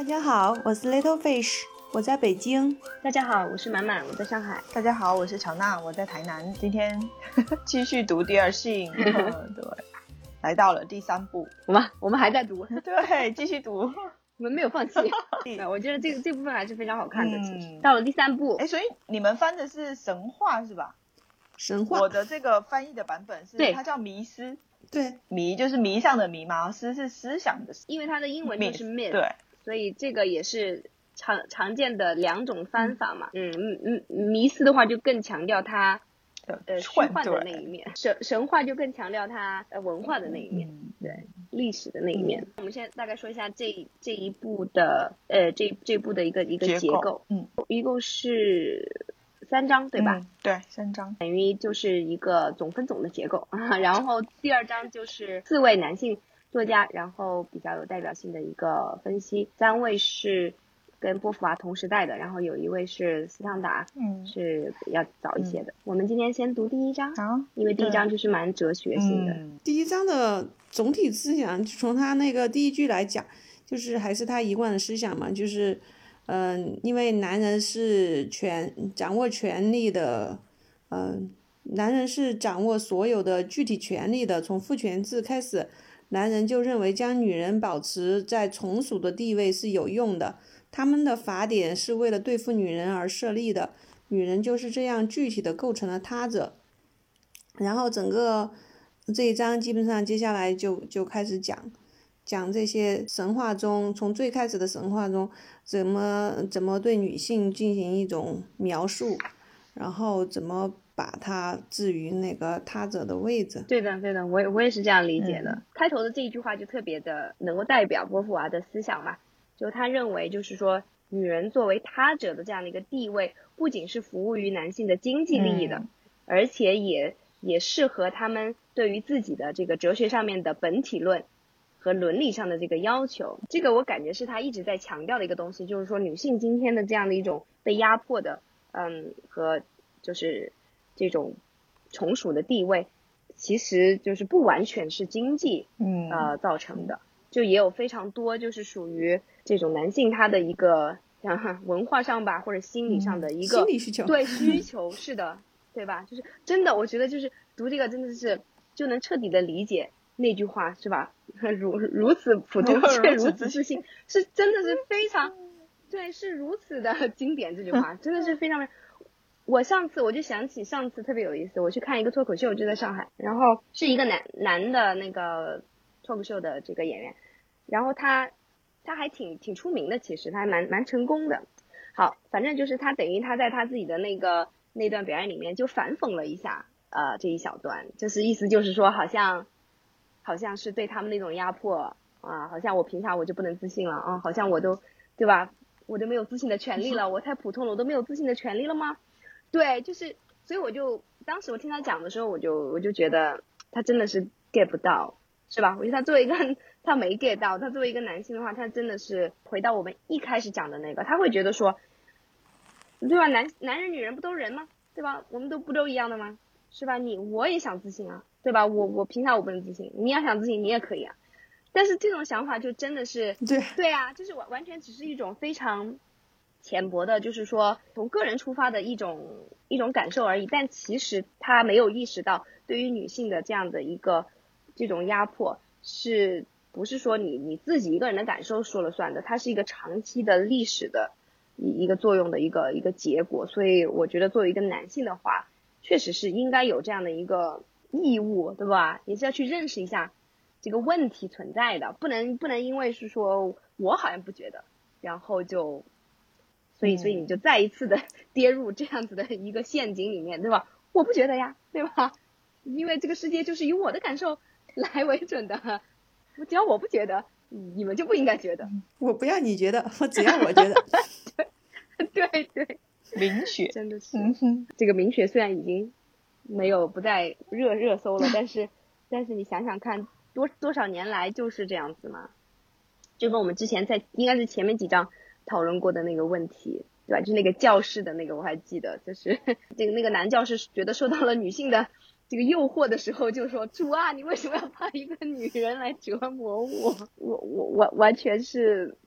大家好，我是 Little Fish， 我在北京。 大家好，我是满满，我在上海。 大家好，我是乔娜，我在台南。今天继续读第二性，对，来到了第3部， 我们还在读， 对，继续读， 我们没有放弃。我觉得这部分还是非常好看的。其实到了第3部， 所以你们翻的是神话是吧？ 神话， 我的这个翻译的版本是它叫迷思， 对， 迷就是迷上的迷嘛，思是思想的思， 因为它的英文就是 myth， 对， 所以这个也是常见的2种翻法嘛。迷思的话就更强调它虚幻的那一面，神话就更强调它文化的那一面，对，历史的那一面。我们现在大概说一下这一部的这部的一个结构，一共是3章对吧？ 对，3章等于就是一个总分总的结构。然后第2章就是4位男性作家，然后比较有代表性的一个分析。3位是跟波伏娃同时代的，然后有1位是斯汤达，是要早一些的。我们今天先读第1章，因为第1章就是蛮哲学性的。 第1章的总体思想，从他那个第1句来讲，就是还是他一贯的思想嘛，就是因为男人是掌握权力的，男人是掌握所有的具体权利的。从父权制开始，男人就认为将女人保持在从属的地位是有用的，他们的法典是为了对付女人而设立的，女人就是这样具体的构成了他者。然后整个这一章基本上接下来就开始讲这些神话中，从最开始的神话中怎么对女性进行一种描述，然后怎么把它置于那个他者的位置。 对的，我也是这样理解的。开头的这一句话就特别的能够代表波伏娃的思想嘛，就他认为就是说女人作为他者的这样的一个地位，不仅是服务于男性的经济利益的，而且也适合他们对于自己的这个哲学上面的本体论和伦理上的这个要求。这个我感觉是他一直在强调的一个东西，就是说女性今天的这样的一种被压迫的和就是这种从属的地位，其实就是不完全是经济造成的，就也有非常多就是属于这种男性他的一个文化上吧，或者心理上的一个心理需求， 对，需求是的，对吧？就是真的，我觉得就是读这个真的是就能彻底的理解那句话，是吧？如此普通却如此自信，是真的是非常对，是如此的经典。这句话真的是非常。我就想起上次特别有意思，我去看一个脱口秀，就在上海，然后是一个男的那个脱口秀的这个演员，然后他还挺出名的，其实他还蛮成功的。好，反正就是他等于他在他自己的那段表演里面就反讽了一下这一小段，就是意思就是说好像是对他们那种压迫啊，好像我凭啥我就不能自信了啊？好像我都对吧？我就没有自信的权利了，我太普通了，我都没有自信的权利了吗？对，就是所以当时我听他讲的时候，我就觉得他真的是 get 不到，是吧？我觉得他作为一个他没 get 到，他作为一个男性的话，他真的是回到我们一开始讲的那个，他会觉得说，对吧？男人女人不都人吗？对吧？我们不都一样的吗？是吧？我也想自信啊，对吧？我凭啥我不能自信？你要想自信你也可以啊。但是这种想法就真的是对啊，就是完全只是一种非常浅薄的，就是说从个人出发的一种感受而已。但其实他没有意识到，对于女性的这样的一个这种压迫，是不是说你自己一个人的感受说了算的？它是一个长期的历史的一个作用的一个结果。所以我觉得作为一个男性的话，确实是应该有这样的一个义务，对吧？也是要去认识一下这个问题存在的，不能因为是说我好像不觉得，然后所以你就再一次的跌入这样子的一个陷阱里面，对吧？我不觉得呀，对吧？因为这个世界就是以我的感受来为准的，只要我不觉得，你们就不应该觉得。 我不要你觉得，我只要我觉得。 对， 明学真的是，这个明学虽然已经不再热搜了，但是你想想看，多少年来就是这样子嘛，就跟我们之前应该是前面几章讨论过的那个问题，对吧？就那个教室的那个我还记得，就是那个男教师觉得受到了女性的这个诱惑的时候，就说主啊，你为什么要派一个女人来折磨我？我完全是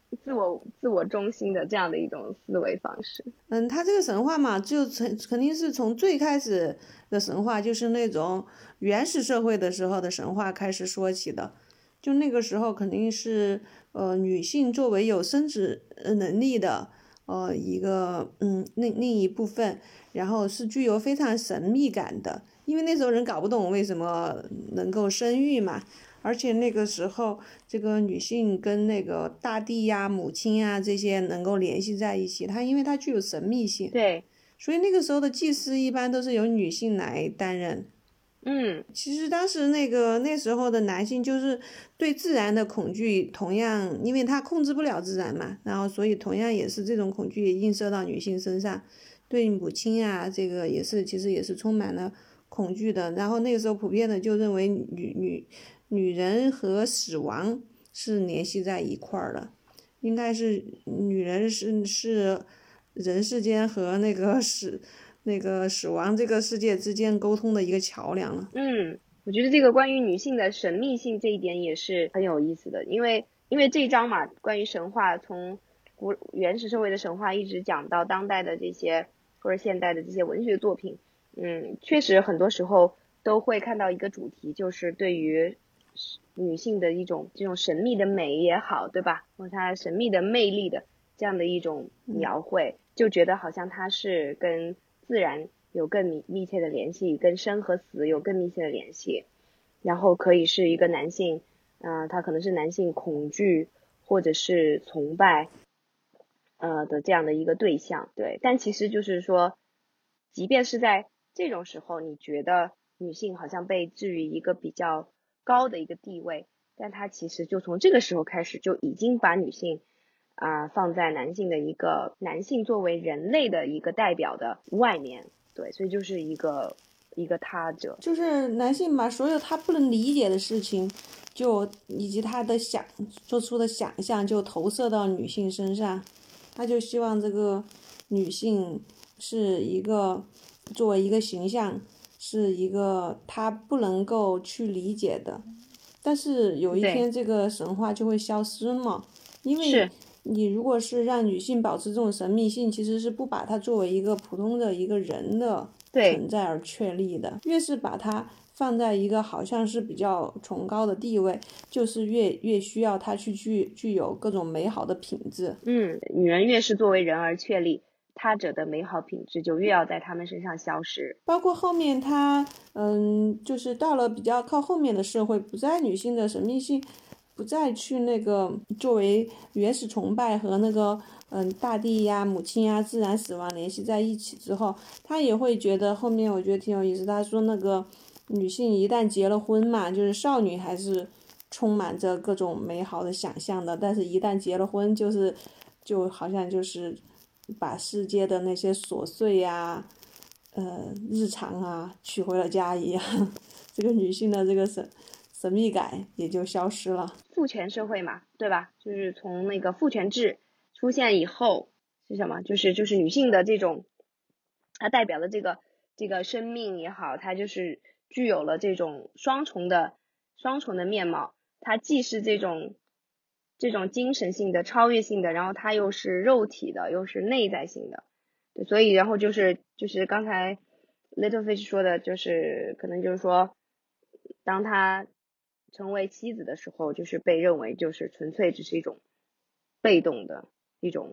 自我中心的这样的一种思维方式。 他这个神话嘛，就肯定是从最开始的神话，就是那种原始社会的时候的神话开始说起的。就那个时候肯定是女性作为有生殖能力的一个另一部分，然后是具有非常神秘感的，因为那时候人搞不懂为什么能够生育嘛。而且那个时候，这个女性跟那个大地呀、母亲呀这些能够联系在一起，因为它具有神秘性， 对， 所以那个时候的祭司一般都是由女性来担任。其实当时那时候的男性就是对自然的恐惧，同样因为他控制不了自然嘛，然后所以同样也是这种恐惧也映射到女性身上，对母亲啊这个也是其实也是充满了恐惧的。然后那个时候普遍的就认为女人和死亡是联系在一块儿的，应该是女人是人世间和那个死亡这个世界之间沟通的一个桥梁了。 我觉得这个关于女性的神秘性这一点也是很有意思的，因为这一章嘛，关于神话，从原始社会的神话一直讲到当代的这些或者现代的这些文学作品，确实很多时候都会看到一个主题，就是对于女性的一种这种神秘的美也好，对吧？或者她神秘的魅力的这样的一种描绘，就觉得好像她是跟自然有更密切的联系，跟生和死有更密切的联系，然后可以是一个男性，他可能是男性恐惧或者是崇拜的这样的一个对象，对。但其实就是说，即便是在这种时候，你觉得女性好像被置于一个比较高的一个地位，但她其实就从这个时候开始就已经把女性放在男性作为人类的一个代表的外面，对，所以就是一个他者， 就是男性把所有他不能理解的事情，以及他的做出的想象，就投射到女性身上，他就希望这个女性是一个作为一个形象，是一个他不能够去理解的。但是有一天这个神话就会消失嘛，因为你如果是让女性保持这种神秘性，其实是不把她作为一个普通的一个人的存在而确立的。越是把她放在一个好像是比较崇高的地位，就是越需要她去具有各种美好的品质。 女人越是作为人而确立，他者的美好品质就越要在他们身上消失。 包括后面他就是到了比较靠后面的社会，不再女性的神秘性不再去那个作为原始崇拜和那个大地呀、母亲呀、自然死亡联系在一起之后，他也会觉得后面我觉得挺有意思。他说那个女性一旦结了婚嘛，就是少女还是充满着各种美好的想象的，但是一旦结了婚，就好像就是把世界的那些琐碎呀、日常啊取回了家一样，这个女性的这个神秘感也就消失了。 父权社会嘛，对吧？就是从那个父权制出现以后是什么？就是女性的这种，它代表的这个生命也好，它就是具有了这种双重的面貌。它既是这种精神性的、超越性的，然后它又是肉体的，又是内在性的。对，所以然后就是刚才 Littlefish 说的，就是可能就是说，当他成为妻子的时候，就是被认为就是纯粹只是一种被动的一种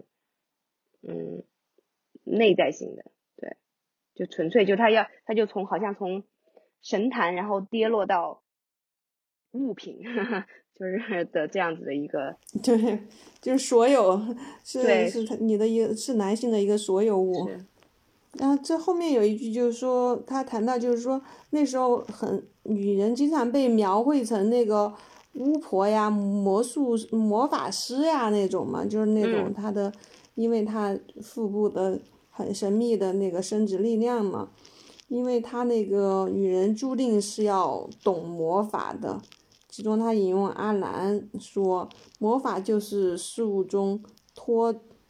内在性的，对，就纯粹就他就好像从神坛然后跌落到物品就是的这样子的一个， 对，就是所有是你的是男性的一个所有物。然后这后面有一句就是说，他谈到就是说那时候女人经常被描绘成那个巫婆呀、魔法师呀那种嘛，就是那种她的，因为她腹部的很神秘的那个生殖力量嘛，因为她那个女人注定是要懂魔法的。其中他引用阿兰说，魔法就是事物中拖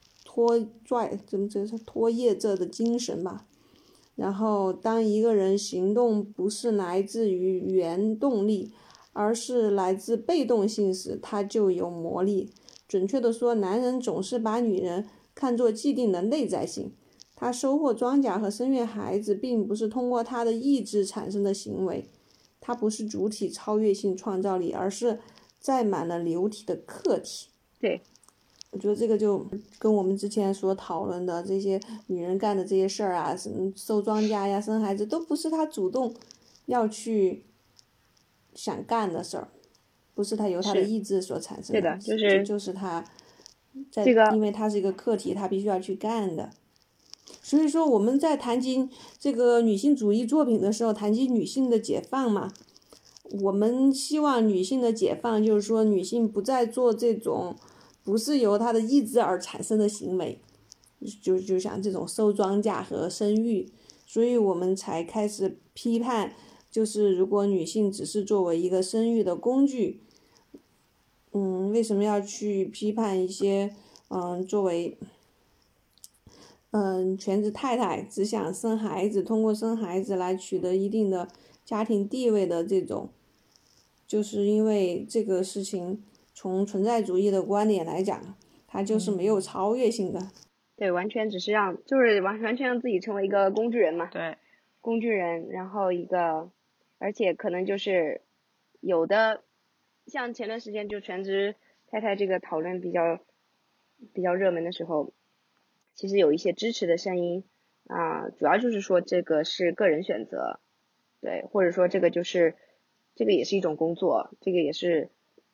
曳着的精神吧。然后当一个人行动不是来自于原动力，而是来自被动性时，他就有魔力。 准确的说，男人总是把女人看作既定的内在性，他收获庄稼和生育孩子并不是通过他的意志产生的行为，它不是主体超越性创造力，而是载满了流体的客体。 对， 我觉得这个就跟我们之前所讨论的这些女人干的这些事儿啊，什么收庄稼呀、生孩子，都不是她主动要去想干的事儿，不是她由她的意志所产生的， 就是她在这个， 因为她是一个客体，她必须要去干的。所以说我们在谈及这个女性主义作品的时候，谈及女性的解放嘛，我们希望女性的解放就是说女性不再做这种不是由她的意志而产生的行为，就像这种收庄稼和生育，所以我们才开始批判，就是如果女性只是作为一个生育的工具，为什么要去批判一些作为全职太太只想生孩子，通过生孩子来取得一定的家庭地位的这种，就是因为这个事情从存在主义的观点来讲，它就是没有超越性的。 对，完全只是就是完全让自己成为一个工具人嘛。 对， 工具人，然后而且可能就是有的，像前段时间就全职太太这个讨论比较热门的时候，其实有一些支持的声音啊，主要就是说这个是个人选择，对，或者说这个也是一种工作，这个也是，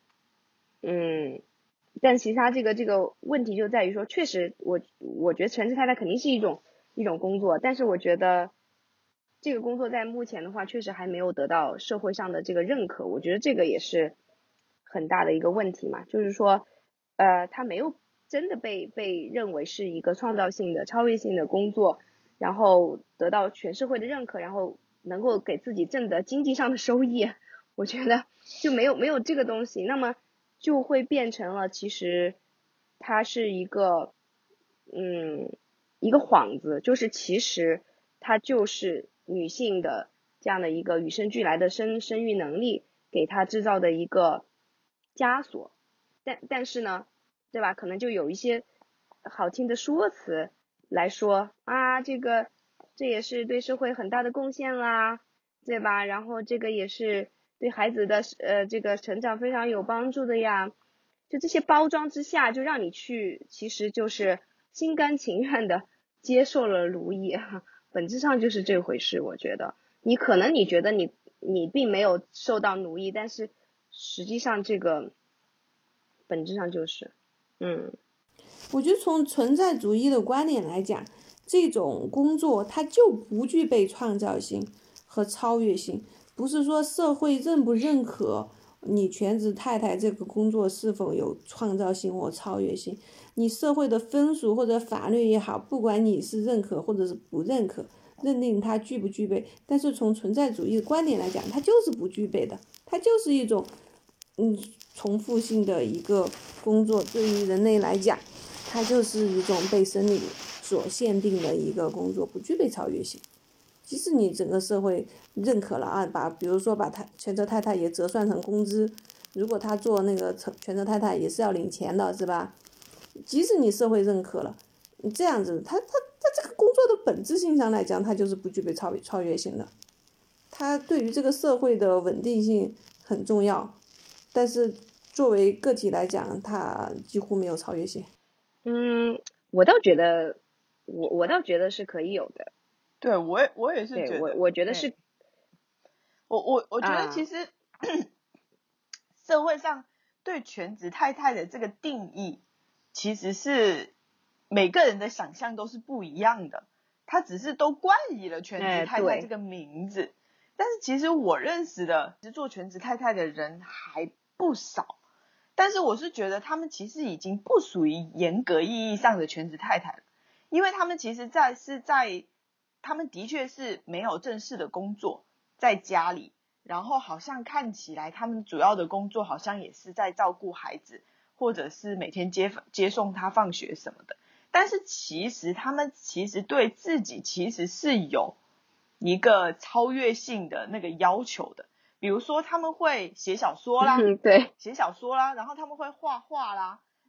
但其实他这个问题就在于说，确实我觉得全职太太肯定是一种工作，但是我觉得这个工作在目前的话，确实还没有得到社会上的这个认可，我觉得这个也是很大的一个问题嘛，就是说，他没有真的被认为是一个创造性的、超越性的工作，然后得到全社会的认可，然后能够给自己挣得经济上的收益，我觉得就没有这个东西，那么就会变成了其实它是一个一个幌子，就是其实它就是女性的这样的一个与生俱来的生育能力给她制造的一个枷锁，但是呢，对吧？可能就有一些好听的说辞来说啊，这也是对社会很大的贡献啦，对吧？然后这个也是对孩子的这个成长非常有帮助的呀。就这些包装之下，就让你去，其实就是心甘情愿的接受了奴役，本质上就是这回事。我觉得你可能你觉得你并没有受到奴役，但是实际上这个本质上就是， 我觉得从存在主义的观点来讲，这种工作它就不具备创造性和超越性，不是说社会认不认可你全职太太这个工作是否有创造性或超越性，你社会的风俗或者法律也好，不管你是认可或者是不认可，认定它具不具备，但是从存在主义的观点来讲，它就是不具备的，它就是一种重复性的一个工作，对于人类来讲，它就是一种被生理所限定的一个工作，不具备超越性。即使你整个社会认可了啊，比如说把全职太太也折算成工资，如果他做那个全职太太也是要领钱的，是吧？即使你社会认可了，你这样子，他这个工作的本质性上来讲，它就是不具备超越性的。它对于这个社会的稳定性很重要，但是作为个体来讲，它几乎没有超越性。 我倒觉得，我倒觉得是可以有的。 对，我也是觉得， 我觉得是， 我觉得其实、社会上对全职太太的这个定义，其实是每个人的想象都是不一样的，他只是都冠以了全职太太这个名字，但是其实我认识的做全职太太的人还不少，但是我是觉得他们其实已经不属于严格意义上的全职太太了，因为他们其实他们的确是没有正式的工作，在家里，然后好像看起来他们主要的工作好像也是在照顾孩子，或者是每天接送他放学什么的，但是其实他们其实对自己其实是有一个超越性的那个要求的，比如说他们会写小说啦， 对， 写小说啦，然后他们会画画啦，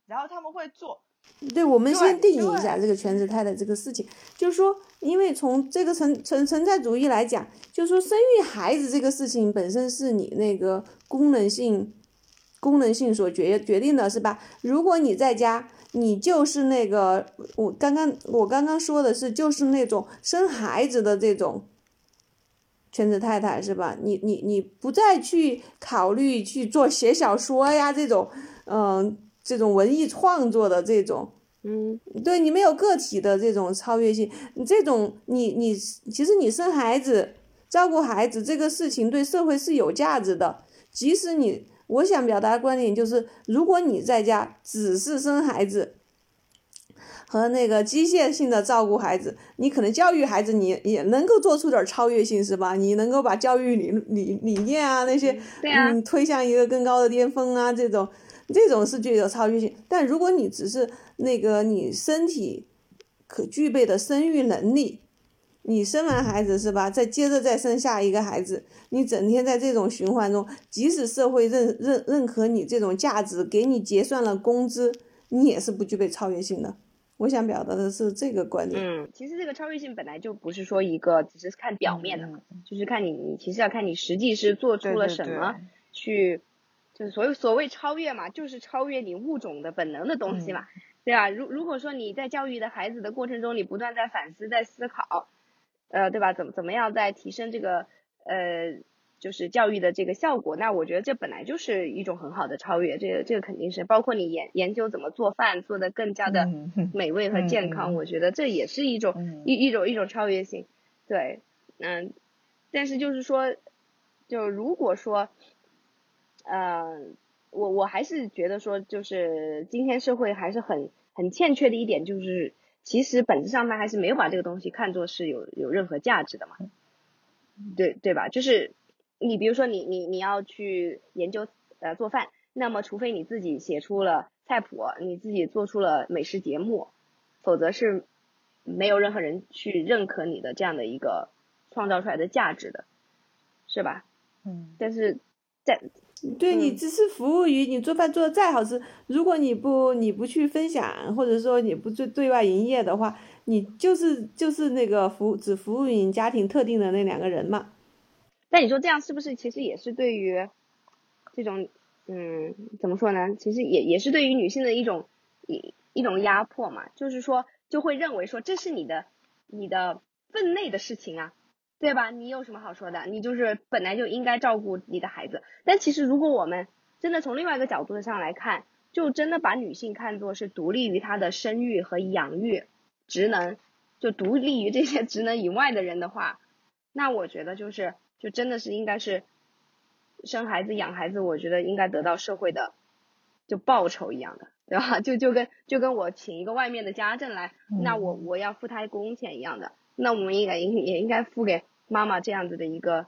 然后他们会做。 对，我们先定义一下这个全职太太这个事情，就是说，因为从这个存在主义来讲，就是说生育孩子这个事情本身是你那个功能性所决定的，是吧？如果你在家，你就是那个我刚刚说的是，就是那种生孩子的这种全职太太，是吧？你不再去考虑去做写小说呀这种这种文艺创作的这种，对，你没有个体的这种超越性，你这种其实你生孩子照顾孩子这个事情对社会是有价值的，即使我想表达的观点就是，如果你在家只是生孩子和那个机械性的照顾孩子，你可能教育孩子你也能够做出点超越性，是吧？你能够把教育理念啊那些推向一个更高的巅峰啊，这种是具有超越性。但如果你只是那个你身体可具备的生育能力，你生完孩子是吧，接着再生下一个孩子，你整天在这种循环中，即使社会认可你这种价值，给你结算了工资，你也是不具备超越性的。我想表达的是这个观点。 其实这个超越性本来就不是说一个只是看表面的，就是看你其实要看你实际是做出了什么，去就是所谓超越嘛，就是超越你物种的本能的东西嘛，对吧？如果说你在教育的孩子的过程中，你不断在反思，在思考，对吧？怎么样在提升这个就是教育的这个效果，那我觉得这本来就是一种很好的超越，这个肯定是，包括你研究怎么做饭做得更加的美味和健康，我觉得这也是一种超越性。对，但是就是说，就如果说我还是觉得说，就是今天社会还是很欠缺的一点，就是其实本质上它还是没有把这个东西看作是有任何价值的嘛，对吧？就是你比如说你要去研究做饭，那么除非你自己写出了菜谱，你自己做出了美食节目，否则是没有任何人去认可你的这样的一个创造出来的价值的，是吧？但是对，你只是服务于你做饭做的再好吃，如果你不去分享，或者说你不对外营业的话，你就是那个只服务于你家庭特定的那2个人嘛。 但你说这样是不是其实也是对于这种怎么说呢？其实也是对于女性的一种压迫嘛，就是说就会认为说这是你的分内的事情啊，对吧？你有什么好说的？你就是本来就应该照顾你的孩子。但其实如果我们真的从另外一个角度上来看，就真的把女性看作是独立于她的生育和养育职能，就独立于这些职能以外的人的话，那我觉得就真的是应该是生孩子养孩子，我觉得应该得到社会的就报酬一样的，对吧？就跟我请一个外面的家政来，那我要付他工钱一样的，那我们也应该付给妈妈这样子的一个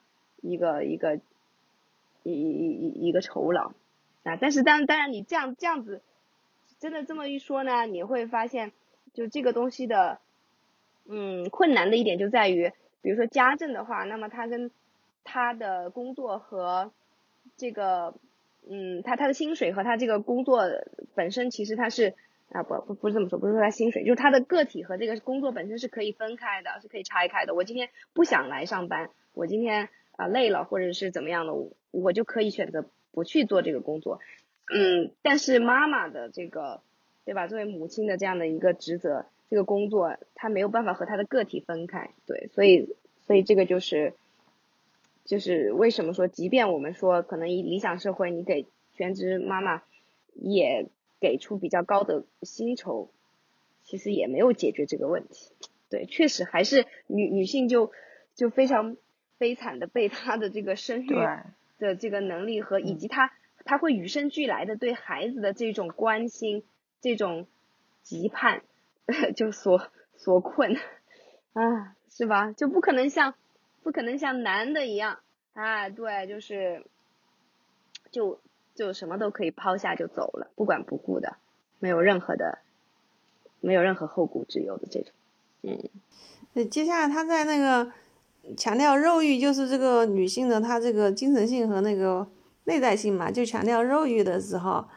酬劳啊。但是当然你这样子真的这么一说呢，你会发现就这个东西的困难的一点就在于，比如说家政的话，那么他跟他的工作和这个他的薪水和他这个工作本身其实他是不是这么说，不是说他薪水，就是他的个体和这个工作本身是可以分开的，是可以拆开的。我今天不想来上班，我今天累了或者是怎么样的，我就可以选择不去做这个工作。但是妈妈的这个对吧，作为母亲的这样的一个职责，这个工作她没有办法和她的个体分开，对，所以这个就是为什么说，即便我们说可能以理想社会，你给全职妈妈也给出比较高的薪酬，其实也没有解决这个问题。对，确实还是女性就非常悲惨的被她的这个生育的这个能力和以及她会与生俱来的对孩子的这种关心、这种期盼就所困啊，是吧？就不可能像男的一样对，就什么都可以抛下就走了，不管不顾的，没有任何后顾之忧的这种。 接下来他在那个强调肉欲，就是这个女性的她这个精神性和那个内在性嘛，就强调肉欲的时候，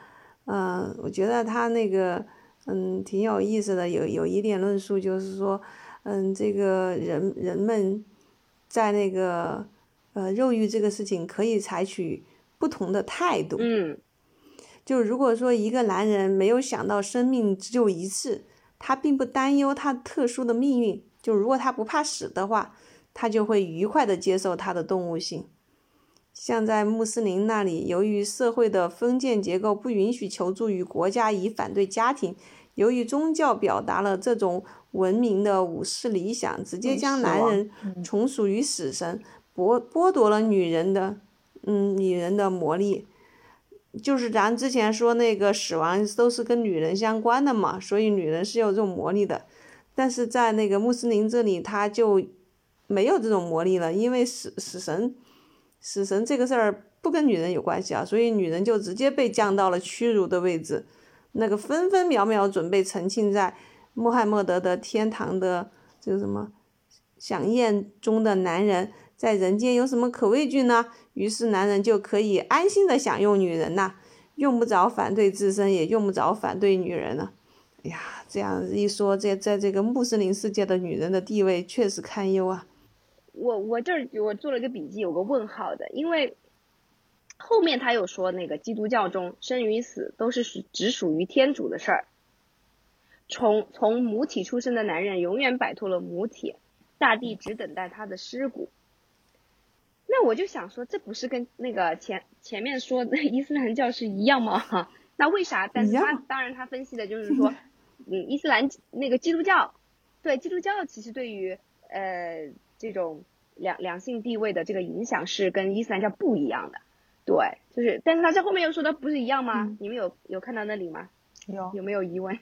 我觉得他那个挺有意思的，有一点论述就是说，这个人们在那个肉欲这个事情可以采取不同的态度。就如果说一个男人没有想到生命只有一次，他并不担忧他特殊的命运，就如果他不怕死的话，他就会愉快地接受他的动物性。像在穆斯林那里，由于社会的封建结构不允许求助于国家以反对家庭，由于宗教表达了这种文明的武士理想，直接将男人从属于死神，剥夺了女人的魔力。就是咱之前说那个死亡都是跟女人相关的嘛，所以女人是有这种魔力的。但是在那个穆斯林这里，他就没有这种魔力了，因为死神这个事儿不跟女人有关系啊，所以女人就直接被降到了屈辱的位置。那个分分秒秒准备沉浸在穆罕默德的天堂的这个什么享宴中的男人，在人间有什么可畏惧呢？于是男人就可以安心的享用女人呐，用不着反对自身，也用不着反对女人了。哎呀，这样一说，在这个穆斯林世界的女人的地位确实堪忧啊。 我这儿我做了个笔记，有个问号的，因为后面他有说那个基督教中生与死都是只属于天主的事儿，从母体出生的男人永远摆脱了母体，大地只等待他的尸骨。那我就想说，这不是跟那个前面说的伊斯兰教是一样吗？那为啥？但是当然他分析的就是说，伊斯兰那个基督教，对基督教其实对于这种两性地位的这个影响是跟伊斯兰教不一样的。对，就是，但是他在后面又说的不是一样吗？你们有看到那里吗？有没有疑问？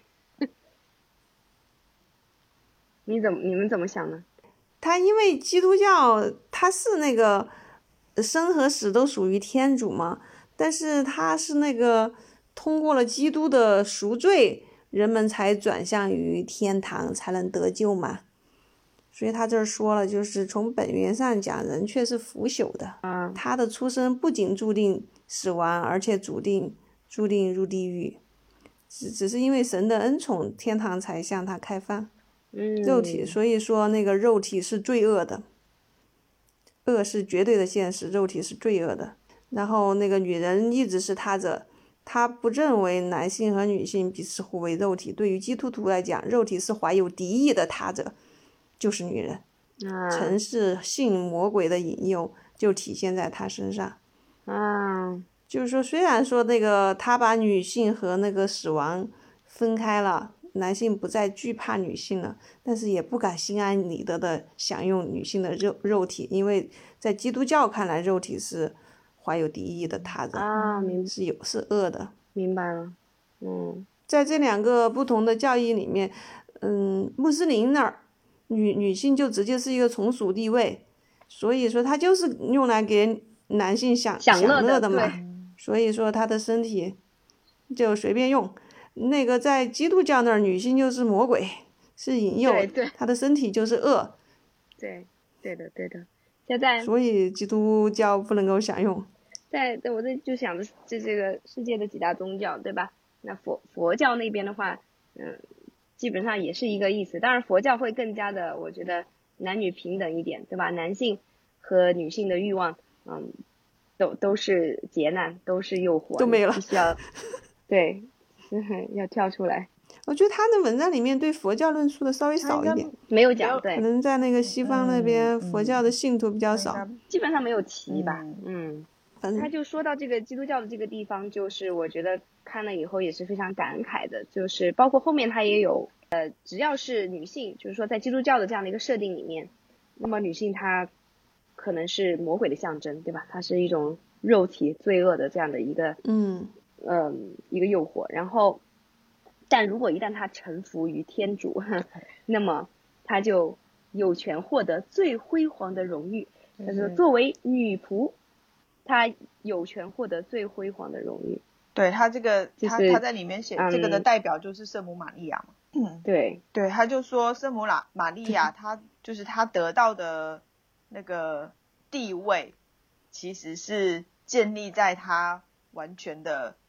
你们怎么想呢？ 他因为基督教他是那个生和死都属于天主嘛，但是他是那个通过了基督的赎罪，人们才转向于天堂，才能得救嘛。所以他这儿说了，就是从本源上讲，人却是腐朽的。他的出生不仅注定死亡，而且注定入地狱。只是因为神的恩宠，天堂才向他开放。肉体，所以说那个肉体是罪恶的，恶是绝对的现实，肉体是罪恶的。然后那个女人一直是他者，他不认为男性和女性彼此互为肉体。对于基督徒来讲，肉体是怀有敌意的他者，就是女人。城市性魔鬼的引诱就体现在他身上。就是说，虽然说那个他把女性和那个死亡分开了，男性不再惧怕女性了，但是也不敢心安理得的享用女性的肉体，因为在基督教看来，肉体是怀有敌意的他人，是恶的。 明白了。 在这两个不同的教义里面，穆斯林那儿女性就直接是一个从属地位，所以说它就是用来给男性享乐的嘛。所以说他的身体就随便用。那个在基督教那儿，女性就是魔鬼，是引诱，她的身体就是恶。 对的。现在所以基督教不能够享用。 我这就想着这个世界的几大宗教，对吧？那佛教那边的话，基本上也是一个意思。当然佛教会更加的，我觉得男女平等一点，对吧？男性和女性的欲望，都是劫难，都是诱惑， 都没了， 必须要对。要跳出来。 我觉得他的文章里面对佛教论述的稍微少一点， 没有讲，对， 可能在那个西方那边，佛教的信徒比较少， 基本上没有提吧。他就说到这个基督教的这个地方，就是我觉得看了以后也是非常感慨的，就是包括后面他也有只要是女性，就是说在基督教的这样的一个设定里面，那么女性她可能是魔鬼的象征，对吧？它是一种肉体罪恶的这样的一个一个诱惑。然后但如果一旦他臣服于天主，那么他就有权获得最辉煌的荣誉。他说作为女仆，他有权获得最辉煌的荣誉。 对，他这个他在里面写这个的代表就是圣母玛利亚嘛。对，他就说圣母玛利亚她就是她得到的那个地位其实是建立在她完全的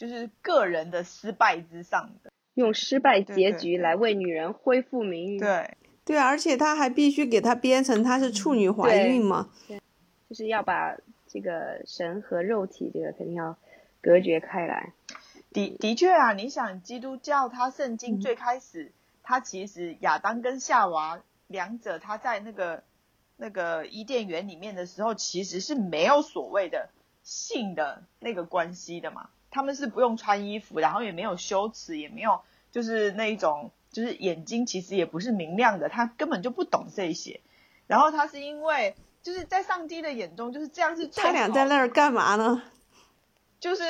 就是个人的失败之上的， 用失败结局来为女人恢复名誉。 对对，而且他还必须给他编成她是处女怀孕嘛， 对，就是要把这个神和肉体这个肯定要隔绝开来。 的确啊，你想基督教它圣经最开始，它其实亚当跟夏娃两者他在那个伊甸园里面的时候，其实是没有所谓的性的那个关系的嘛，他们是不用穿衣服，然后也没有羞耻，也没有就是那一种就是眼睛其实也不是明亮的，他根本就不懂这些，然后他是因为就是在上帝的眼中就是这样是最好的， 他俩在那儿干嘛呢？ 就是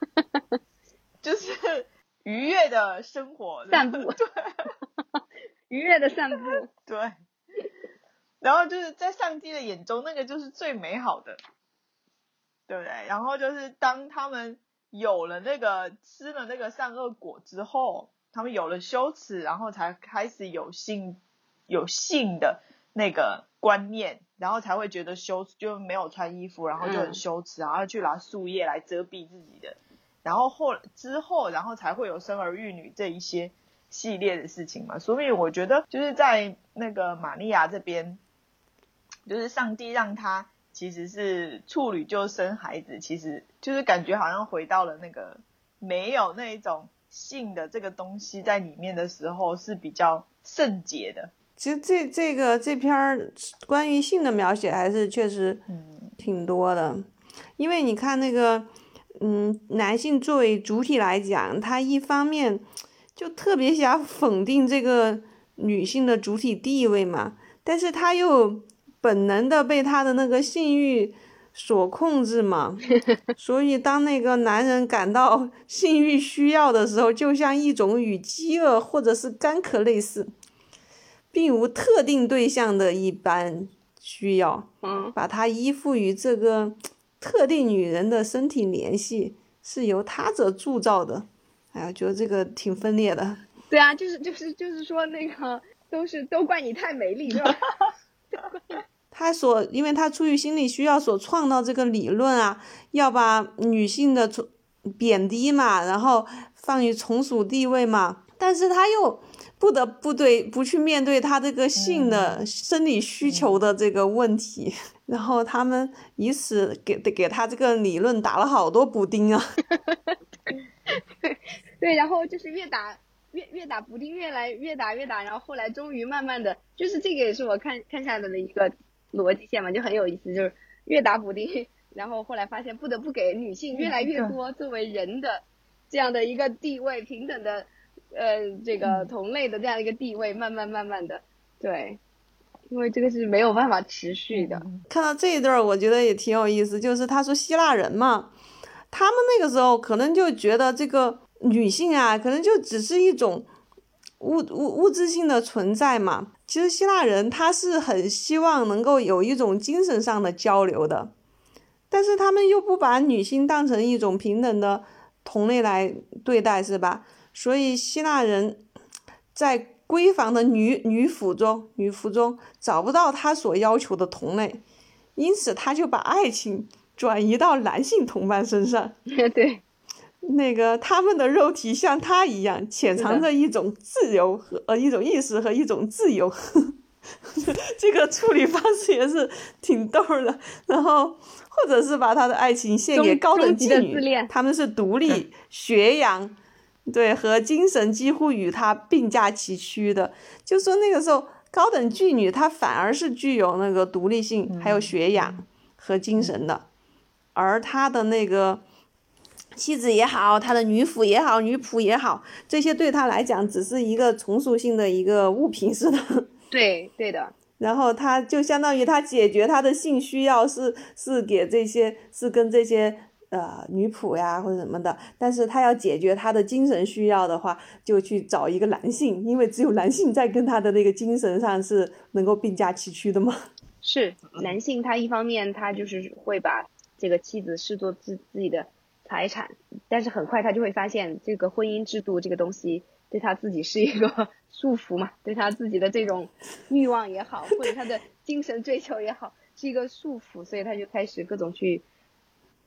愉悦的生活， 散步， 对， 愉悦的散步， 对，然后就是在上帝的眼中那个就是最美好的，对不对？然后就是当他们有了那个吃了那个善恶果之后，他们有了羞耻，然后才开始有性的那个观念，然后才会觉得羞耻，就没有穿衣服，然后就很羞耻，然后去拿树叶来遮蔽自己的，然后之后然后才会有生儿育女这一些系列的事情嘛。所以我觉得就是在那个玛利亚这边，就是上帝让她其实是处女就生孩子，其实就是感觉好像回到了那个没有那一种性的这个东西在里面的时候是比较圣洁的。 其实这篇关于性的描写还是确实挺多的，因为你看那个男性作为主体来讲，他一方面就特别想否定这个女性的主体地位嘛，但是他又本能的被他的那个性欲所控制嘛，所以当那个男人感到性欲需要的时候，就像一种与饥饿或者是干渴类似，并无特定对象的一般需要，把它依附于这个特定女人的身体联系，是由他者铸造的。哎呀，觉得这个挺分裂的。 对啊，就是说那个都怪你太美丽，对吧？ 因为他出于心理需要所创造这个理论啊，要把女性的贬低嘛，然后放于从属地位嘛，但是他又不得不去面对他这个性的生理需求的这个问题，然后他们以此给他这个理论打了好多补丁啊。 对，然后就是越打补丁，越打，然后后来终于慢慢的，就是这个也是我看下来的一个逻辑线嘛，就很有意思，就是越打补丁，然后后来发现不得不给女性越来越多作为人的这样的一个地位，平等的这个同类的这样一个地位，慢慢的，对，因为这个是没有办法持续的。 看到这一段我觉得也挺有意思，就是他说希腊人嘛，他们那个时候可能就觉得这个女性啊，可能就只是一种物质性的存在嘛。其实希腊人他是很希望能够有一种精神上的交流的，但是他们又不把女性当成一种平等的同类来对待，是吧？所以希腊人在闺房的女仆中找不到他所要求的同类，因此他就把爱情转移到男性同伴身上。 对， 那个他们的肉体像他一样潜藏着一种自由和一种意识和一种自由。这个处理方式也是挺逗的。然后或者是把他的爱情献给高等妓女，他们是独立学养，对，和精神几乎与他并驾齐驱的。就说那个时候高等妓女她反而是具有那个独立性还有学养和精神的，而他的那个妻子也好，他的女仆也好，女仆也好，这些对他来讲只是一个从属性的一个物品似的。 对的。 然后他就相当于他解决他的性需要是给这些是跟这些女仆呀或者什么的，但是他要解决他的精神需要的话，就去找一个男性，因为只有男性在跟他的那个精神上是能够并驾齐驱的嘛。 是男性他一方面他就是会把这个妻子视作自己的财产，但是很快他就会发现这个婚姻制度这个东西对他自己是一个束缚嘛，对他自己的这种欲望也好，或者他的精神追求也好，是一个束缚，所以他就开始各种去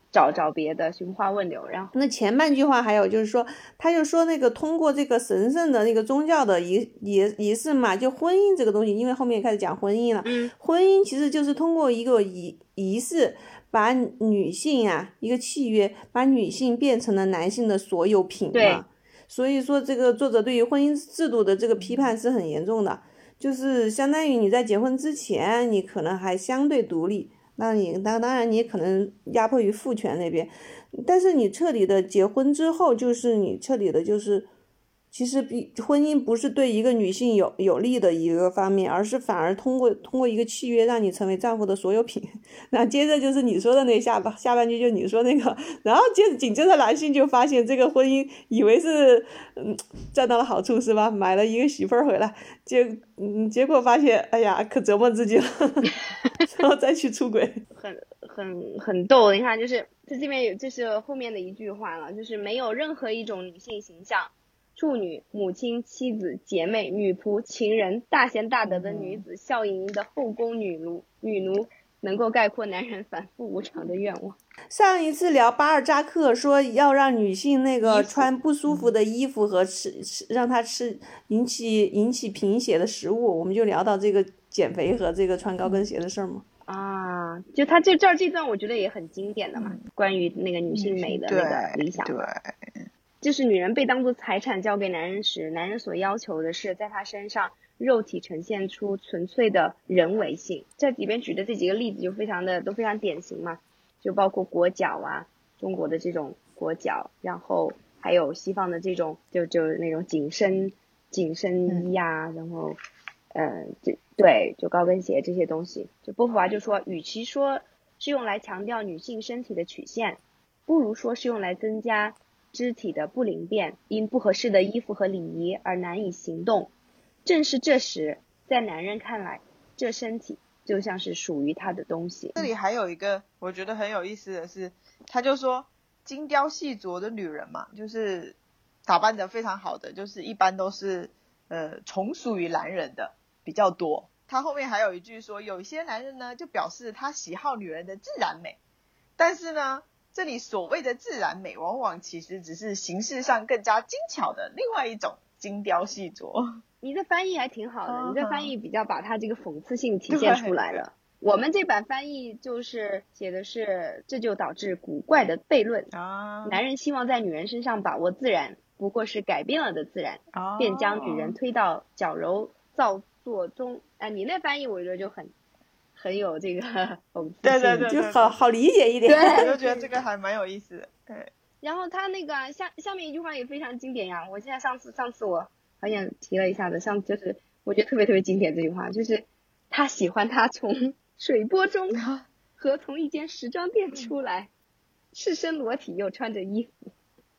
找别的寻花问柳。然后那前半句话还有就是说，他就说那个通过这个神圣的那个宗教的仪式嘛，就婚姻这个东西，因为后面开始讲婚姻了，婚姻其实就是通过一个仪式把女性啊，一个契约把女性变成了男性的所有品嘛。所以说这个作者对于婚姻制度的这个批判是很严重的，就是相当于你在结婚之前你可能还相对独立，那你当然你可能压迫于父权那边，但是你彻底的结婚之后，就是你彻底的就是其实婚姻不是对一个女性有利的一个方面，而是反而通过一个契约让你成为丈夫的所有品。然后接着就是你说的那下半句，就你说那个，然后紧接着男性就发现这个婚姻以为是占到了好处是吧，买了一个媳妇儿回来，结果发现哎呀可折磨自己了然后再去出轨。 很逗，你看就是这边有，这是后面的一句话了，就是没有任何一种女性形象，处女、母亲、妻子、姐妹、女仆、情人、大贤大德的女子、笑盈盈的后宫女奴能够概括男人反复无常的愿望。 上一次聊巴尔扎克说要让女性那个穿不舒服的衣服和让她吃引起贫血的食物，我们就聊到这个减肥和这个穿高跟鞋的事儿嘛。 啊，就他这段我觉得也很经典的嘛，关于那个女性美的那个理想。 对， 就是女人被当作财产交给男人时，男人所要求的是在她身上肉体呈现出纯粹的人为性。这里边举的这几个例子就都非常典型嘛，就包括裹脚啊，中国的这种裹脚，然后还有西方的这种就那种紧身衣啊，然后就高跟鞋这些东西。就波伏娃就说，与其说是用来强调女性身体的曲线，不如说是用来增加肢体的不灵便，因不合适的衣服和礼仪而难以行动。正是这时，在男人看来，这身体就像是属于他的东西。 这里还有一个我觉得很有意思的是，他就说精雕细琢的女人嘛，就是打扮得非常好的，就是一般都是从属于男人的比较多。他后面还有一句说，有一些男人呢就表示他喜好女人的自然美，但是呢这里所谓的自然美往往其实只是形式上更加精巧的另外一种精雕细琢。 你的翻译还挺好的，你的翻译比较把它这个讽刺性体现出来了。我们这版翻译就是写的是，这就导致古怪的悖论。男人希望在女人身上把握自然，不过是改变了的自然，便将女人推到矫揉造作中。你那翻译我觉得就很有这个讽刺性， 对， 就好理解一点。 对，我就觉得这个还蛮有意思的。对。 然后他那个下面一句话也非常经典呀，我现在上次我好像提了一下子，就是我觉得特别特别经典这句话，就是他喜欢他从水波中和从一间时装店出来，赤身裸体又穿着衣服。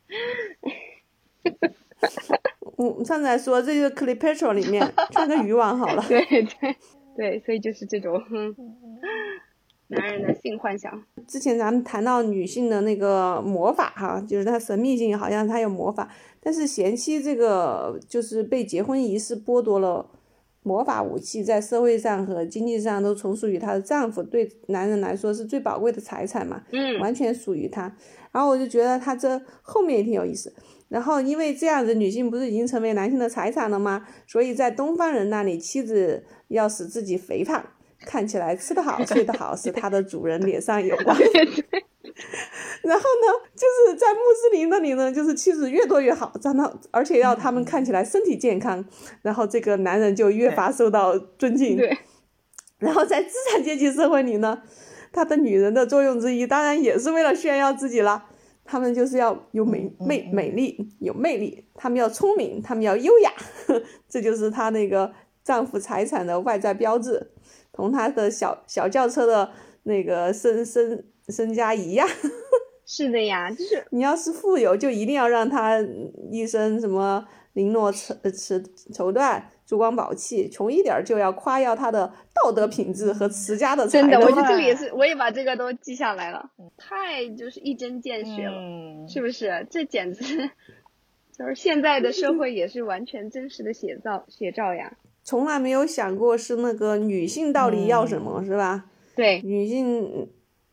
我上次还说这个 Cleopatra 里面穿个渔网好了。 对，所以就是这种男人的性幻想。 之前咱们谈到女性的那个魔法哈，就是她神秘性，好像她有魔法，但是贤妻这个就是被结婚仪式剥夺了魔法武器，在社会上和经济上都从属于她的丈夫，对男人来说是最宝贵的财产嘛，完全属于她。然后我就觉得她这后面也挺有意思。然后因为这样子女性不是已经成为男性的财产了吗？所以在东方人那里，妻子要使自己肥胖，看起来吃得好睡得好，使她的主人脸上有光。然后呢就是在穆斯林那里呢，就是妻子越多越好，而且要他们看起来身体健康，然后这个男人就越发受到尊敬。 对。 然后在资产阶级社会里呢，他的女人的作用之一当然也是为了炫耀自己了，他们就是要有美丽有魅力，他们要聪明，他们要优雅这就是他那个丈夫财产的外在标志，同他的小轿车的那个身家一样。 是的呀，就是你要是富有，就一定要让他一身什么绫罗绸缎珠光宝气，穷一点就要夸耀他的道德品质和持家的才能。 真的，我觉得这里也是，我也把这个都记下来了，太就是一针见血了，是不是？这简直就是现在的社会也是完全真实的写照呀。 从来没有想过是那个女性到底要什么，是吧？ 对， 女性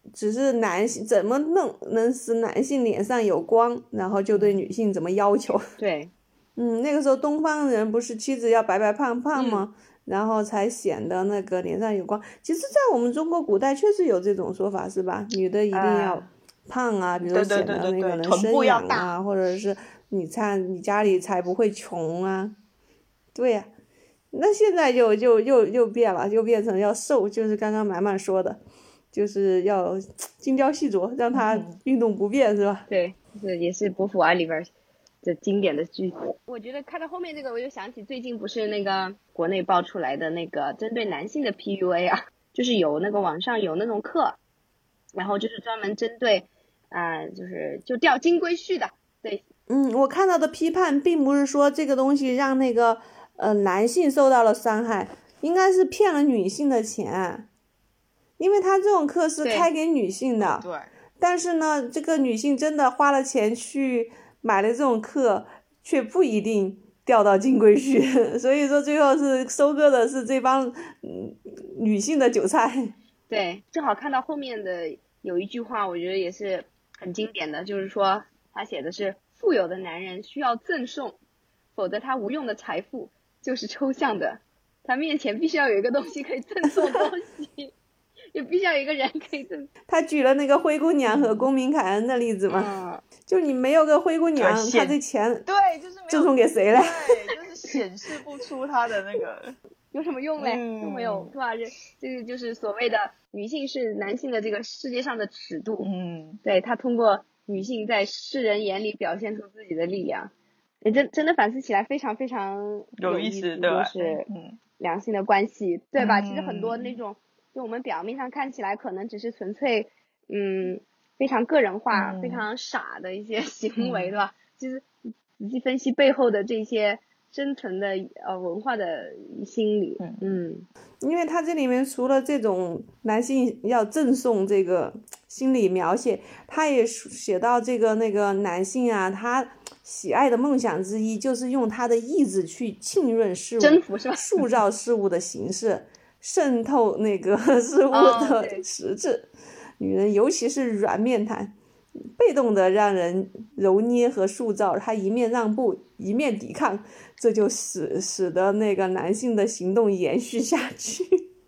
只是男性怎么能使男性脸上有光，然后就对女性怎么要求。 对， 那个时候东方人不是妻子要白白胖胖吗？然后才显得那个脸上有光。其实，在我们中国古代确实有这种说法，是吧？女的一定要胖啊，比如说显得那个能生养啊，或者是你看你家里才不会穷啊。对呀，那现在又变了，就变成要瘦，就是刚刚满满说的，就是要精雕细琢，让它运动不变，是吧？ 对，这也是伯父爱里边的经典的句子。我觉得看到后面这个，我就想起最近不是那个国内爆出来的那个针对男性的 PUA 啊，就是有那个网上有那种课，然后就是专门针对就钓金龟婿的。对， 我看到的批判并不是说这个东西让那个男性受到了伤害，应该是骗了女性的钱，因为他这种课是开给女性的。 对。 但是呢，这个女性真的花了钱去买了这种课，却不一定钓到金龟婿，所以说最后是收割的是这帮女性的韭菜。 对，正好看到后面的有一句话，我觉得也是很经典的，就是说他写的是富有的男人需要赠送，否则他无用的财富就是抽象的，他面前必须要有一个东西可以赠送东西。也必须要有一个人可以赠。 他举了那个灰姑娘和公民凯恩的例子嘛，就你没有个灰姑娘，他这钱对就是赠送给谁嘞？ 对，就是显示不出他的那个有什么用嘞？都没有，是吧？这个就是所谓的女性是男性的这个世界上的尺度。对，他通过女性在世人眼里表现出自己的力量，也真的反思起来非常非常有意思，就是两性的关系，对吧？其实很多那种。就我们表面上看起来可能只是纯粹非常个人化非常傻的一些行为，对吧？其实仔细分析背后的这些深层的文化的心理。 因为他这里面除了这种男性要赠送这个心理描写，他也写到这个那个男性啊，他喜爱的梦想之一就是用他的意志去浸润事物， 征服是吧？ 塑造事物的形式，渗透那个事物的实质。女人尤其是软面瘫，被动的让人揉捏和塑造，她一面让步一面抵抗，这就使得那个男性的行动延续下去。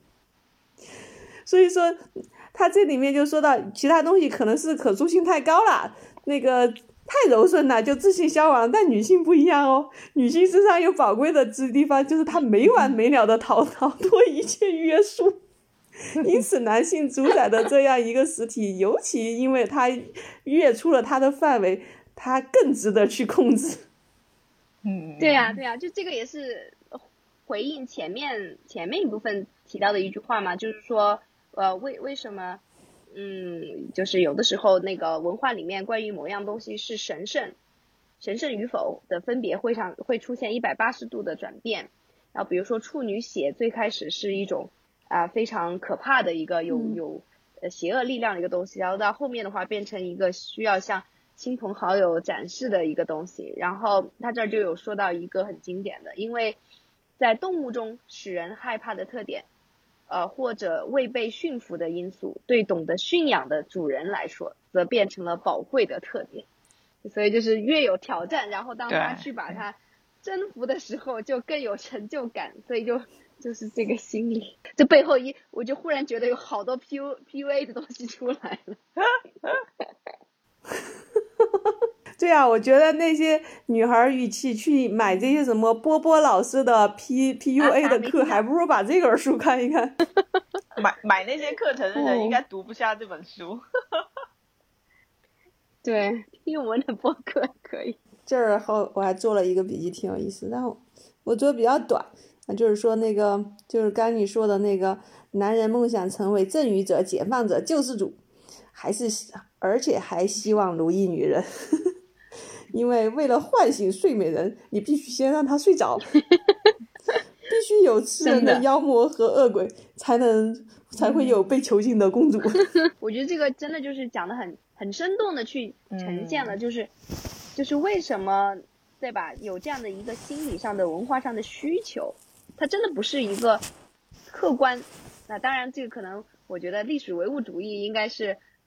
所以说他这里面就说到其他东西可能是可塑性太高了，那个太柔顺了就自信消亡，但女性不一样哦，女性身上有宝贵的地方，就是她没完没了的逃脱一切约束。因此男性主宰的这样一个实体，尤其因为它越出了它的范围，它更值得去控制。 对呀，就这个也是回应前面一部分提到的一句话嘛，就是说为什么就是有的时候那个文化里面关于某样东西是神圣与否的分别会出现180度的转变。然后比如说处女血最开始是一种非常可怕的一个有邪恶力量的一个东西，然后到后面的话变成一个需要向亲朋好友展示的一个东西。然后他这儿就有说到一个很经典的，因为在动物中使人害怕的特点或者未被驯服的因素，对懂得驯养的主人来说则变成了宝贵的特点。所以就是越有挑战，然后当他去把它征服的时候就更有成就感，所以就是这个心理，这背后我就忽然觉得有好多 PUA 的东西出来了。 对啊，我觉得那些女孩与其去买这些什么波波老师的 PUA 的课，还不如把这本书看一看。 买那些课程的人应该读不下这本书。 对，听我们的播客可以。 这儿我还做了一个笔记，挺有意思，但我做的比较短。就是说那个就是刚你说的那个男人梦想成为赠与者、解放者、救世主，而且还希望奴役女人。因为为了唤醒睡美人，你必须先让她睡着，必须有吃人的妖魔和恶鬼，才会有被囚禁的公主。 我觉得这个真的就是讲的很生动的去呈现了，就是为什么对吧？有这样的一个心理上的文化上的需求，它真的不是一个客观。那当然，这个可能我觉得历史唯物主义应该是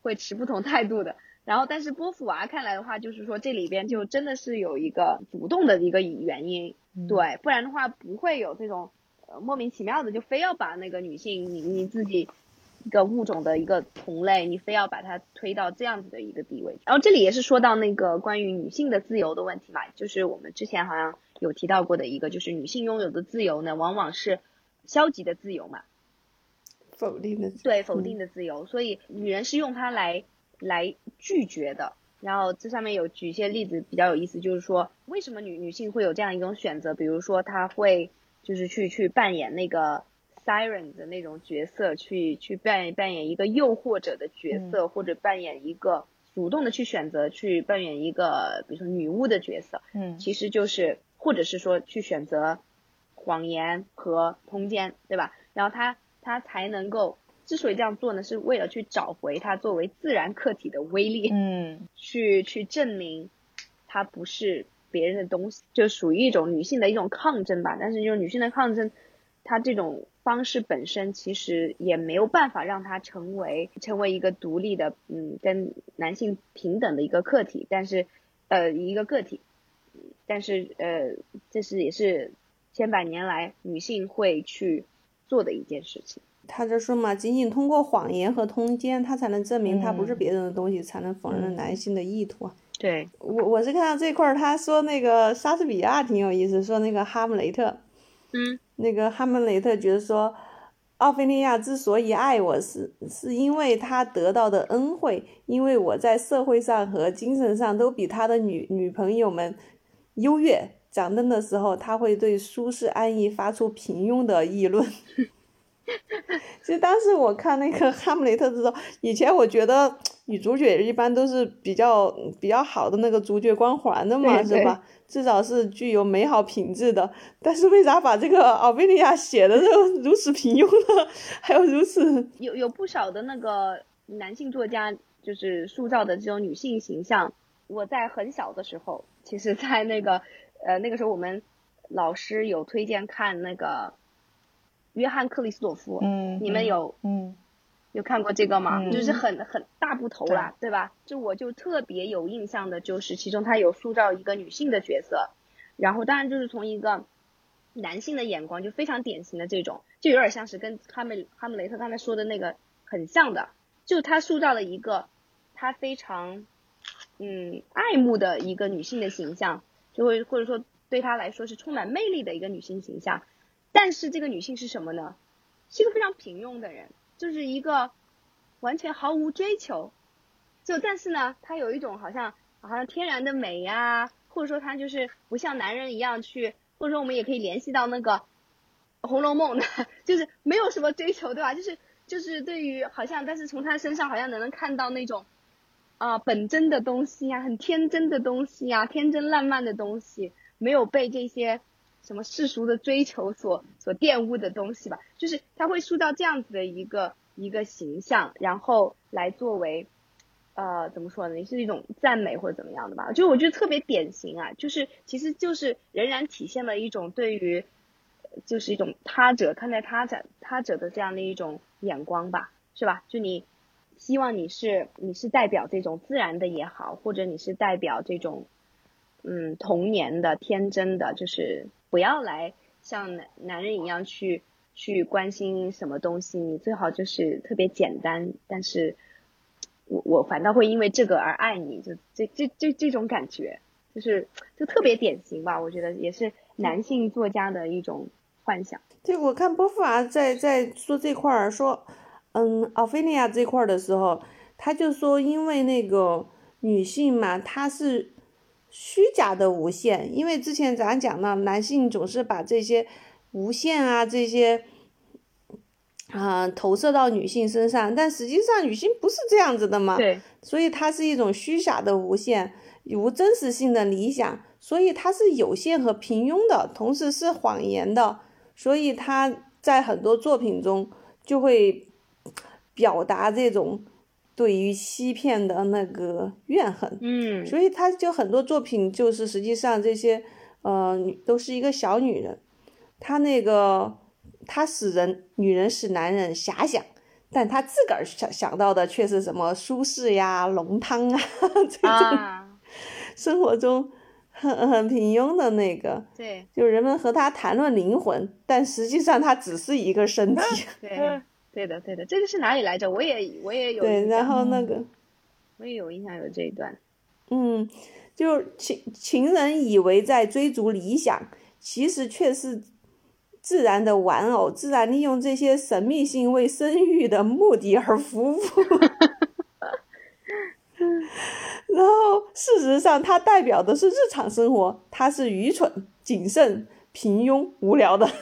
会持不同态度的。然后但是波伏娃看来的话，就是说这里边就真的是有一个主动的一个原因，对，不然的话不会有这种莫名其妙的就非要把那个女性你自己一个物种的一个同类，你非要把它推到这样子的一个地位。然后这里也是说到那个关于女性的自由的问题嘛，就是我们之前好像有提到过的一个，就是女性拥有的自由呢往往是消极的自由嘛， 否定的， 对，否定的自由，所以女人是用它来拒绝的。然后这上面有举一些例子比较有意思，就是说为什么女性会有这样一种选择，比如说她会就是去扮演那个 siren 的那种角色，去扮演一个诱惑者的角色，或者扮演一个主动的去选择去扮演一个比如说女巫的角色，其实就是或者是说去选择谎言和通奸，对吧？然后他才能够，之所以这样做呢，是为了去找回他作为自然客体的威力，去证明他不是别人的东西，就属于一种女性的一种抗争吧。但是就是女性的抗争，它这种方式本身其实也没有办法让它成为一个独立的跟男性平等的一个客体，但是一个个体，但是这是也是千百年来女性会去做的一件事情。 他就说嘛，仅仅通过谎言和通奸，他才能证明他不是别人的东西，才能否认男性的意图。 对， 我是看到这块他说那个莎士比亚挺有意思，说那个哈姆雷特，那个哈姆雷特觉得说，奥菲利亚之所以爱我是因为他得到的恩惠，因为我在社会上和精神上都比他的女朋友们优越。掌灯的时候，他会对舒适安逸发出平庸的议论。其实当时我看那个哈姆雷特的时候，以前我觉得女主角一般都是比较好的那个主角光环的嘛，是吧？至少是具有美好品质的。但是为啥把这个奥菲利亚写的如此平庸呢？还有如此有不少的那个男性作家就是塑造的这种女性形象。我在很小的时候，其实在那个时候我们老师有推荐看那个约翰克里斯朵夫，你们有看过这个吗？就是很大部头啦，对吧？就我就特别有印象的就是其中他有塑造一个女性的角色，然后当然就是从一个男性的眼光，就非常典型的这种，就有点像是跟哈姆雷特刚才说的那个很像的，就他塑造了一个他非常爱慕的一个女性的形象，就会或者说对他来说是充满魅力的一个女性形象。但是这个女性是什么呢？是一个非常平庸的人，就是一个完全毫无追求，但是呢她有一种好像天然的美呀，或者说她就是不像男人一样去，或者说我们也可以联系到那个红楼梦的，就是没有什么追求，对吧？就是对于好像，但是从她身上好像能看到那种本真的东西呀，很天真的东西呀，天真烂漫的东西，没有被这些什么世俗的追求所玷污的东西吧，就是他会塑造这样子的一个形象，然后来作为怎么说呢，也是一种赞美或者怎么样的吧，就我觉得特别典型啊，就是其实就是仍然体现了一种对于就是一种他者看待他者的这样的一种眼光吧，是吧？就你希望你是代表这种自然的也好，或者你是代表这种童年的天真的，就是不要来像男人一样去关心什么东西，你最好就是特别简单，但是我反倒会因为这个而爱你，就这种感觉，就特别典型吧，我觉得也是男性作家的一种幻想。 对，我看波伏娃在说这块儿说奥菲利亚这块儿的时候，他就说因为那个女性嘛，她是虚假的无限，因为之前咱讲到男性总是把这些无限啊这些投射到女性身上，但实际上女性不是这样子的嘛， 对， 所以它是一种虚假的无限，无真实性的理想，所以它是有限和平庸的，同时是谎言的，所以它在很多作品中就会表达这种对于欺骗的那个怨恨，所以他就很多作品就是实际上这些都是一个小女人，她使女人使男人遐想， 但他自个儿想到的却是什么苏轼呀、龙汤啊这种生活中很平庸的那个。 对， 就人们和他谈论灵魂，但实际上他只是一个身体。 对的，这个是哪里来着？我也有对， 印象， 然后那个我也有印象有这一段。 就情人以为在追逐理想，其实却是自然的玩偶，自然利用这些神秘性为生育的目的而服务。然后事实上它代表的是日常生活，它是愚蠢、谨慎、平庸、无聊的。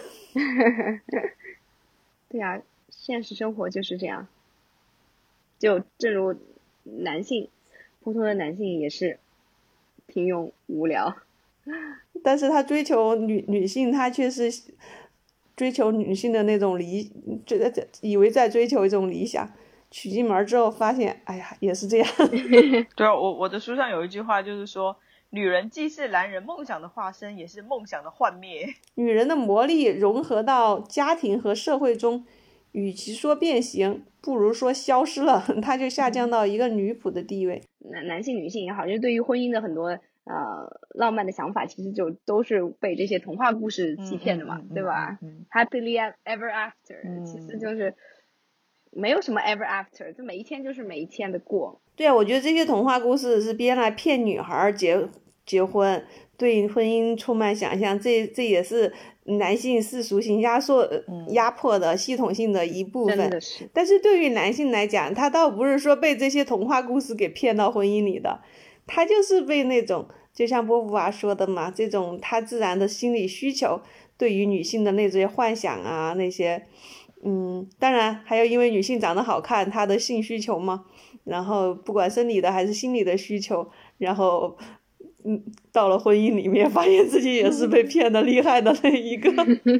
对啊，现实生活就是这样，就正如普通的男性也是平庸无聊， 但是他追求女性，他却是追求女性的那种以为在追求一种理想，娶进门之后发现，哎呀，也是这样。 对啊，我的书上有一句话就是说，女人既是男人梦想的化身，也是梦想的幻灭。 女人的魔力融合到家庭和社会中，与其说变形，不如说消失了，她就下降到一个女仆的地位。 男性女性也好，就是对于婚姻的很多浪漫的想法，其实就都是被这些童话故事欺骗的嘛，对吧？Happily ever after，其实就是没有什么 ever after，就每一天就是每一天的过。 对啊，我觉得这些童话故事是编来骗女孩结婚，对婚姻充满想象，这也是男性世俗性压迫的系统性的一部分。 真的是。 但是对于男性来讲，他倒不是说被这些童话故事给骗到婚姻里的，他就是被那种就像波伏娃说的嘛，这种他自然的心理需求，对于女性的那些幻想啊，那些当然还有因为女性长得好看，她的性需求嘛，然后不管生理的还是心理的需求，然后到了婚姻里面发现自己也是被骗的厉害的那一个。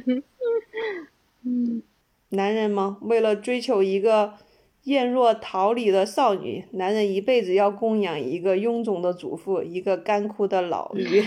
男人嘛，为了追求一个艳若桃李的少女，男人一辈子要供养一个臃肿的主妇，一个干枯的老妪。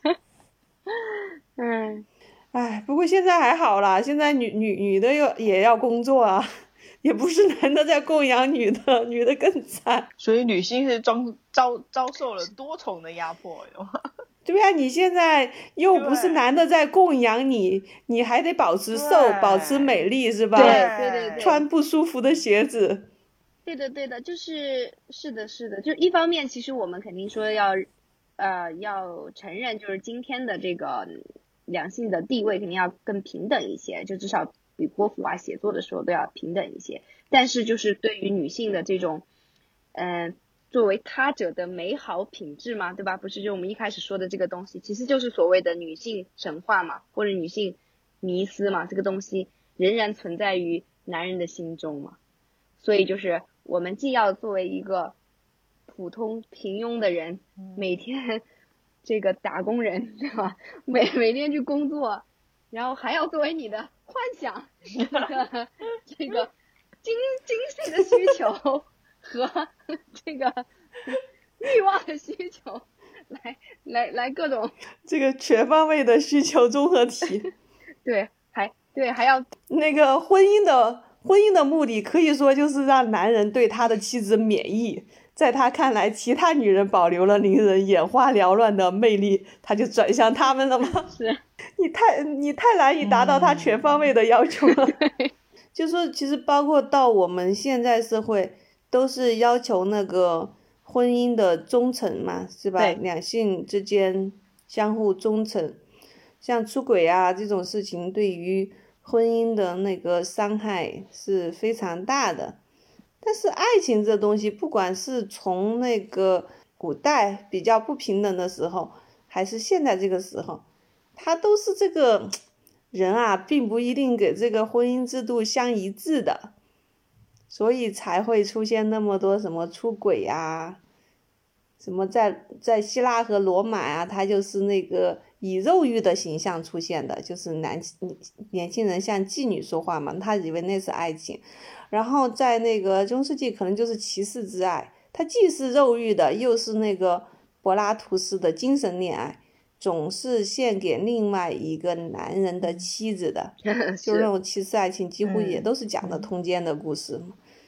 不过现在还好啦，现在女的也要工作啊，也不是男的在供养女的，女的更惨。 所以女性是遭受了多重的压迫哟。 对啊，你现在又不是男的在供养你，你还得保持瘦，保持美丽，是吧？ 对， 穿不舒服的鞋子。 对的，是的，就一方面，其实我们肯定说要承认，就是今天的这个两性的地位肯定要更平等一些，就至少比波伏娃写作的时候都要平等一些。但是就是对于女性的这种作为他者的美好品质嘛，对吧？不是就我们一开始说的这个东西，其实就是所谓的女性神话嘛，或者女性迷思嘛，这个东西仍然存在于男人的心中嘛。所以就是我们既要作为一个普通平庸的人，每天这个打工人，对吧？每天去工作，然后还要作为你的幻想，这个精神的需求和这个欲望的需求，来各种这个全方位的需求综合体。 对，还要那个婚姻的目的可以说就是让男人对他的妻子免疫，在他看来其他女人保留了令人眼花缭乱的魅力，他就转向他们了吗？ 是你太难以达到他全方位的要求了。就说其实包括到我们现在社会都是要求那个婚姻的忠诚嘛，是吧？两性之间相互忠诚，像出轨啊这种事情对于婚姻的那个伤害是非常大的。但是爱情这东西，不管是从那个古代比较不平等的时候，还是现在这个时候，它都是这个人啊并不一定给这个婚姻制度相一致的，所以才会出现那么多什么出轨啊，什么在希腊和罗马啊，它就是那个以肉欲的形象出现的，就是年轻人向妓女说话嘛，他以为那是爱情。然后在那个中世纪可能就是骑士之爱，它既是肉欲的，又是那个柏拉图式的精神恋爱，总是献给另外一个男人的妻子的。就那种骑士爱情几乎也都是讲的通奸的故事。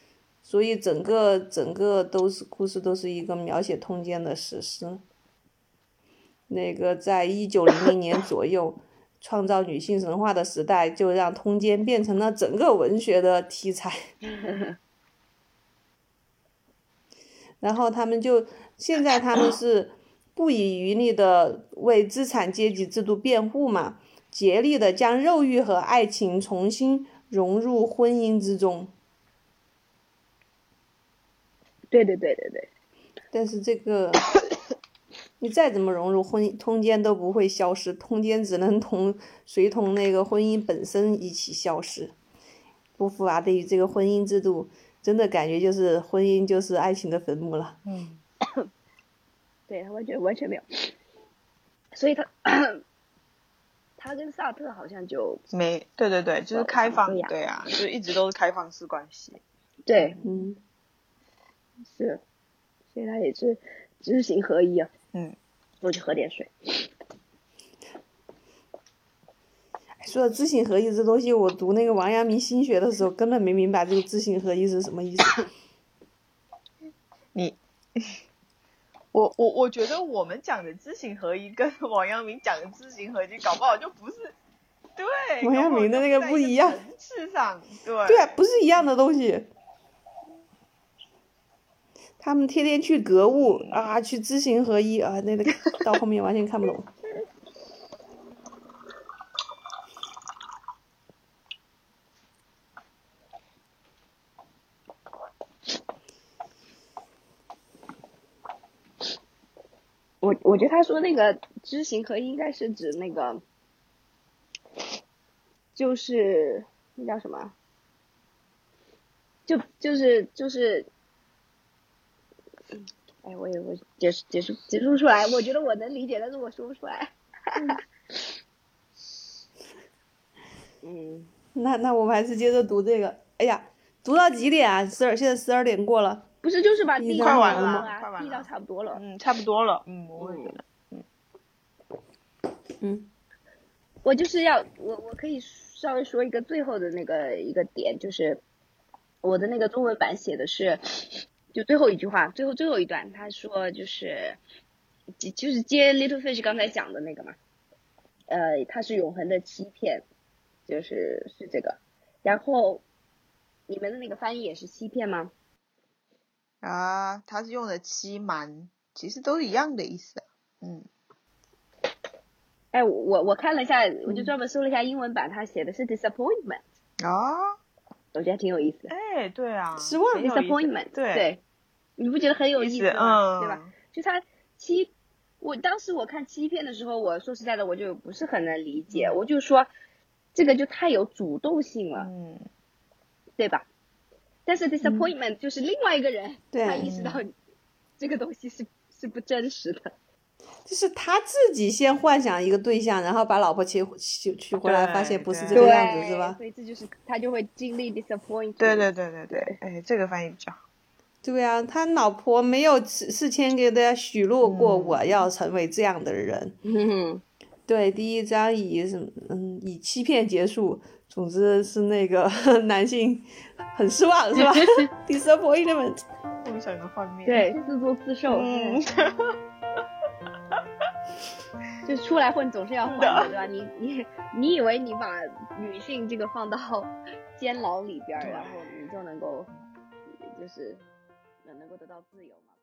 所以整个故事都是一个描写通奸的史诗。那个在1900年左右创造女性神话的时代，就让通奸变成了整个文学的题材。然后现在他们是不遗余力的为资产阶级制度辩护嘛，竭力的将肉欲和爱情重新融入婚姻之中。 对。 但是这个你再怎么融入通奸都不会消失，通奸只能随同那个婚姻本身一起消失。波伏娃对于这个婚姻制度真的感觉就是婚姻就是爱情的坟墓了。 对，完全没有。所以他跟萨特好像就对，就是开放，对啊，就一直都是开放式关系。 对，是，所以他也是知行合一啊。我去喝点水。 说到知行合一这东西，我读那个王阳明心学的时候根本没明白这个知行合一是什么意思。 我觉得我们讲的知行合一跟王阳明讲的知行合一搞不好就不是，对， 王阳明的那个不一样， 层次上，对啊，不是一样的东西。他们天天去格物啊，去知行合一啊，那个到后面完全看不懂。 我觉得他说那个知行合一应该是指那个，就是那叫什么？就是哎，我解释不出来。我觉得我能理解，但是我说不出来。 那我们还是接着读这个。哎呀，读到几点啊？现在12点过了。 不是，就是把第一章完了吗？第一章差不多了。 差不多了。我会觉得。 我就是我可以稍微说一个最后的那个一个点，就是我的那个中文版写的是，就最后一句话，最后一段，他说就是接 Little Fish 刚才讲的那个嘛，它是永恒的欺骗，是这个。然后你们的那个翻译也是欺骗吗？ 他是用的欺瞒，其实都一样的意思。 哎，我看了一下，我就专门搜了一下英文版，他写的是 disappointment。我觉得挺有意思的。 哎，对啊， 失望 disappointment。对，你不觉得很有意思吗？对吧？就他当时我看欺骗的时候，我说实在的，我就不是很能理解。我就说这个就太有主动性了，对吧？但是 disappointment 就是另外一个人，他意识到这个东西是不真实的。 就是他自己先幻想一个对象，然后把老婆娶回来，发现不是这个样子，是吧？ 所以这就是他就会经历 disappointment。 对，哎，这个翻译比较好。 对啊，他老婆没有事先给大家许诺过我要成为这样的人。对，第一章以欺骗结束，总之是那个男性很失望，是吧？disappointment。 梦想的画面。 对，自作自受。就出来混总是要还的，对吧？你以为你把女性这个放到监牢里边，然后你就能够就是能够得到自由吗？